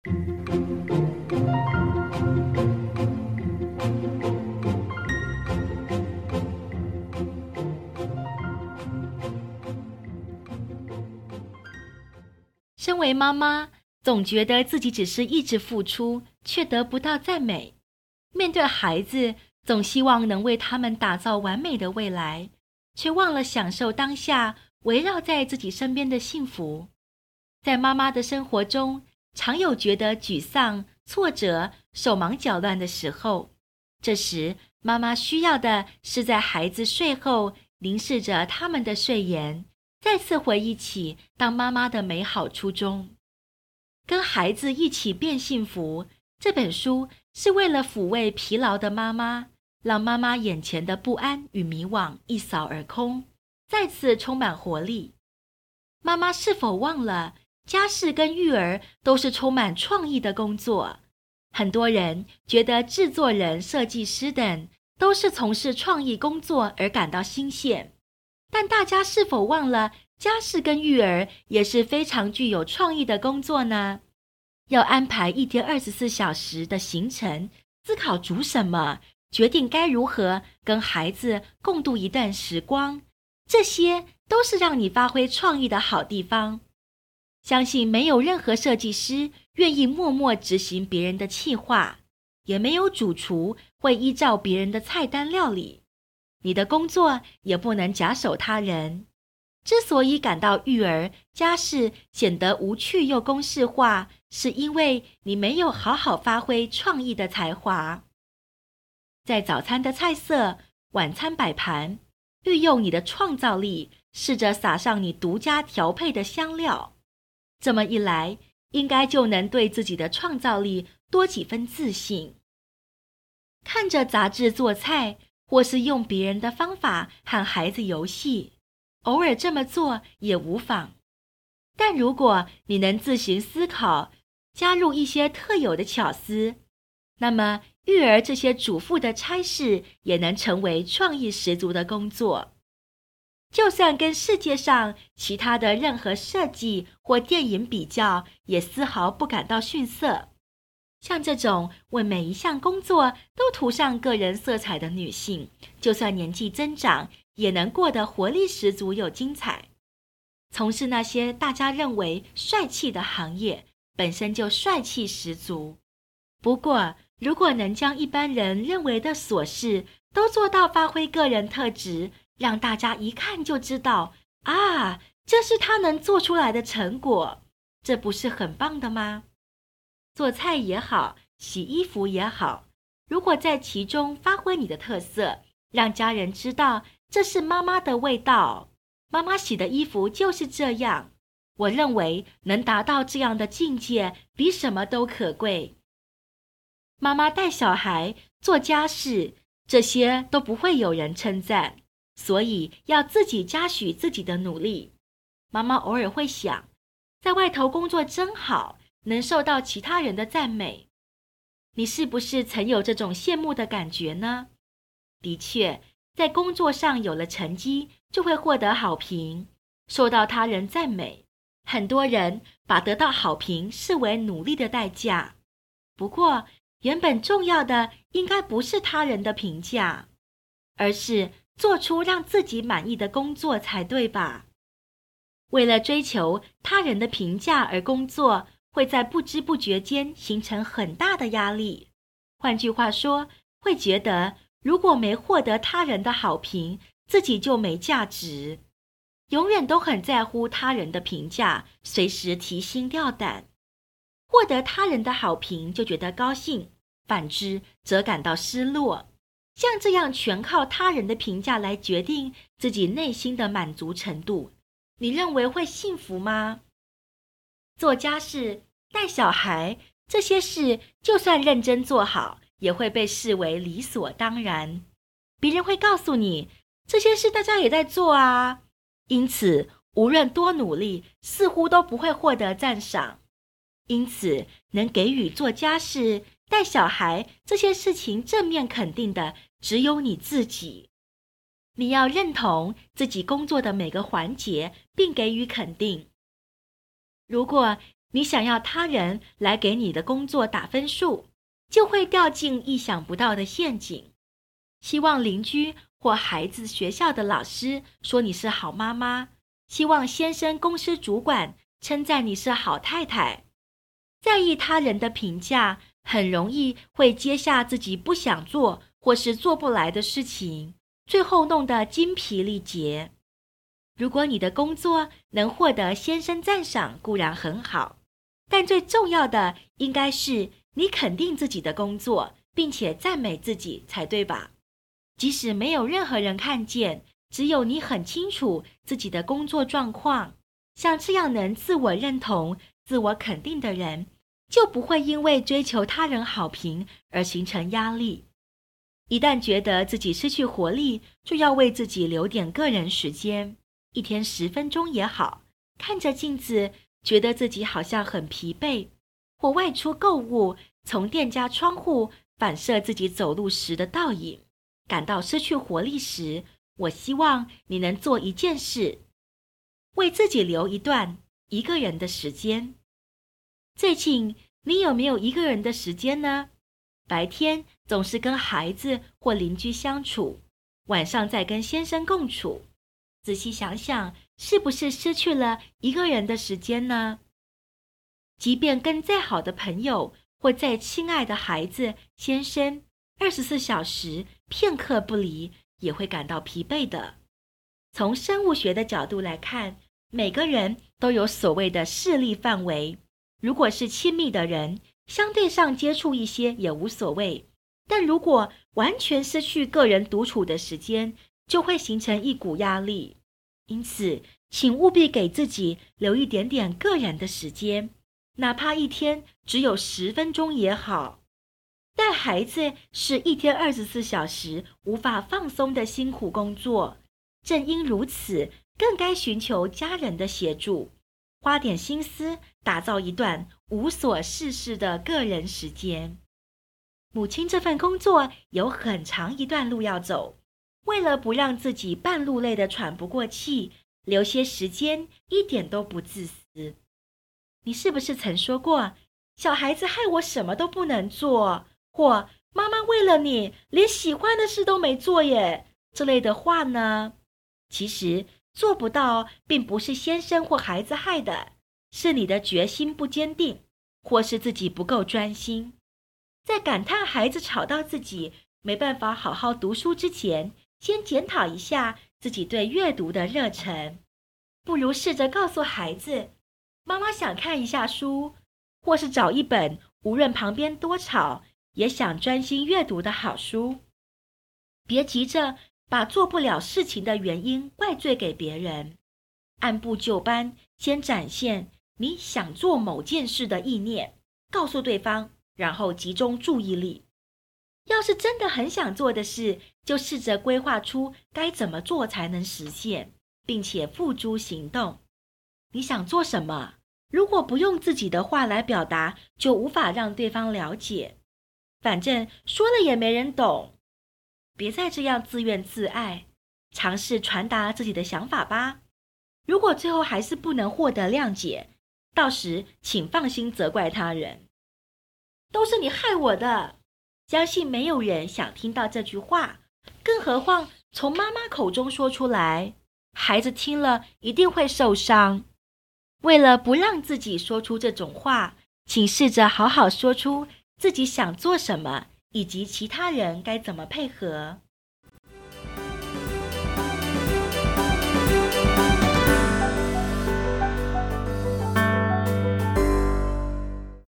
身为妈妈，总觉得自己只是一直付出，却得不到赞美。面对孩子，总希望能为他们打造完美的未来，却忘了享受当下围绕在自己身边的幸福。在妈妈的生活中，常有觉得沮丧、挫折、手忙脚乱的时候。这时，妈妈需要的是在孩子睡后，凝视着他们的睡颜，再次回忆起当妈妈的美好初衷。跟孩子一起变幸福这本书是为了抚慰疲劳的妈妈，让妈妈眼前的不安与迷惘一扫而空，再次充满活力。妈妈是否忘了，家事跟育儿都是充满创意的工作？很多人觉得制作人、设计师等都是从事创意工作而感到新鲜，但大家是否忘了，家事跟育儿也是非常具有创意的工作呢？要安排一天24小时的行程，思考煮什么，决定该如何跟孩子共度一段时光，这些都是让你发挥创意的好地方。相信没有任何设计师愿意默默执行别人的企划，也没有主厨会依照别人的菜单料理。你的工作也不能假手他人。之所以感到育儿、家事显得无趣又公式化，是因为你没有好好发挥创意的才华。在早餐的菜色、晚餐摆盘，运用你的创造力，试着撒上你独家调配的香料。这么一来，应该就能对自己的创造力多几分自信。看着杂志做菜，或是用别人的方法和孩子游戏，偶尔这么做也无妨。但如果你能自行思考，加入一些特有的巧思，那么育儿这些主妇的差事也能成为创意十足的工作。就算跟世界上其他的任何设计或电影比较，也丝毫不感到逊色。像这种为每一项工作都涂上个人色彩的女性，就算年纪增长，也能过得活力十足又精彩。从事那些大家认为帅气的行业，本身就帅气十足。不过，如果能将一般人认为的琐事都做到发挥个人特质，让大家一看就知道，啊，这是他能做出来的成果，这不是很棒的吗？做菜也好，洗衣服也好，如果在其中发挥你的特色，让家人知道这是妈妈的味道，妈妈洗的衣服就是这样，我认为能达到这样的境界，比什么都可贵。妈妈带小孩、做家事，这些都不会有人称赞，所以要自己嘉许自己的努力。妈妈偶尔会想，在外头工作真好，能受到其他人的赞美。你是不是曾有这种羡慕的感觉呢？的确，在工作上有了成绩，就会获得好评，受到他人赞美。很多人把得到好评视为努力的代价。不过，原本重要的应该不是他人的评价，而是做出让自己满意的工作才对吧？为了追求他人的评价而工作，会在不知不觉间形成很大的压力。换句话说，会觉得如果没获得他人的好评，自己就没价值。永远都很在乎他人的评价，随时提心吊胆。获得他人的好评就觉得高兴，反之则感到失落。像这样全靠他人的评价来决定自己内心的满足程度，你认为会幸福吗？做家事、带小孩，这些事就算认真做好，也会被视为理所当然。别人会告诉你，这些事大家也在做啊。因此，无论多努力，似乎都不会获得赞赏。因此，能给予做家事、带小孩这些事情正面肯定的，只有你自己。你要认同自己工作的每个环节，并给予肯定。如果你想要他人来给你的工作打分数，就会掉进意想不到的陷阱。希望邻居或孩子学校的老师说你是好妈妈，希望先生公司主管称赞你是好太太。在意他人的评价，很容易会接下自己不想做或是做不来的事情，最后弄得精疲力竭。如果你的工作能获得先生赞赏，固然很好，但最重要的应该是你肯定自己的工作，并且赞美自己才对吧？即使没有任何人看见，只有你很清楚自己的工作状况，像这样能自我认同、自我肯定的人，就不会因为追求他人好评而形成压力。一旦觉得自己失去活力，就要为自己留点个人时间，一天10分钟也好，看着镜子，觉得自己好像很疲惫，或外出购物，从店家窗户反射自己走路时的倒影，感到失去活力时，我希望你能做一件事，为自己留一段一个人的时间。最近你有没有一个人的时间呢？白天总是跟孩子或邻居相处，晚上再跟先生共处。仔细想想，是不是失去了一个人的时间呢？即便跟再好的朋友或再亲爱的孩子、先生，24小时片刻不离，也会感到疲惫的。从生物学的角度来看，每个人都有所谓的视力范围。如果是亲密的人，相对上接触一些也无所谓，但如果完全失去个人独处的时间，就会形成一股压力。因此，请务必给自己留一点点个人的时间，哪怕一天只有10分钟也好。带孩子是一天24小时无法放松的辛苦工作，正因如此，更该寻求家人的协助，花点心思打造一段无所事事的个人时间。母亲这份工作有很长一段路要走，为了不让自己半路累得喘不过气，留些时间一点都不自私。你是不是曾说过，小孩子害我什么都不能做，或妈妈为了你连喜欢的事都没做耶，这类的话呢？其实做不到并不是先生或孩子害的，是你的决心不坚定，或是自己不够专心。在感叹孩子吵到自己没办法好好读书之前，先检讨一下自己对阅读的热忱。不如试着告诉孩子，妈妈想看一下书，或是找一本无论旁边多吵也想专心阅读的好书。别急着把做不了事情的原因怪罪给别人，按部就班，先展现你想做某件事的意念，告诉对方，然后集中注意力。要是真的很想做的事，就试着规划出该怎么做才能实现，并且付诸行动。你想做什么？如果不用自己的话来表达，就无法让对方了解。反正说了也没人懂。别再这样自怨自艾，尝试传达自己的想法吧。如果最后还是不能获得谅解，到时请放心责怪他人。都是你害我的。相信没有人想听到这句话，更何况从妈妈口中说出来，孩子听了一定会受伤。为了不让自己说出这种话，请试着好好说出自己想做什么，以及其他人该怎么配合。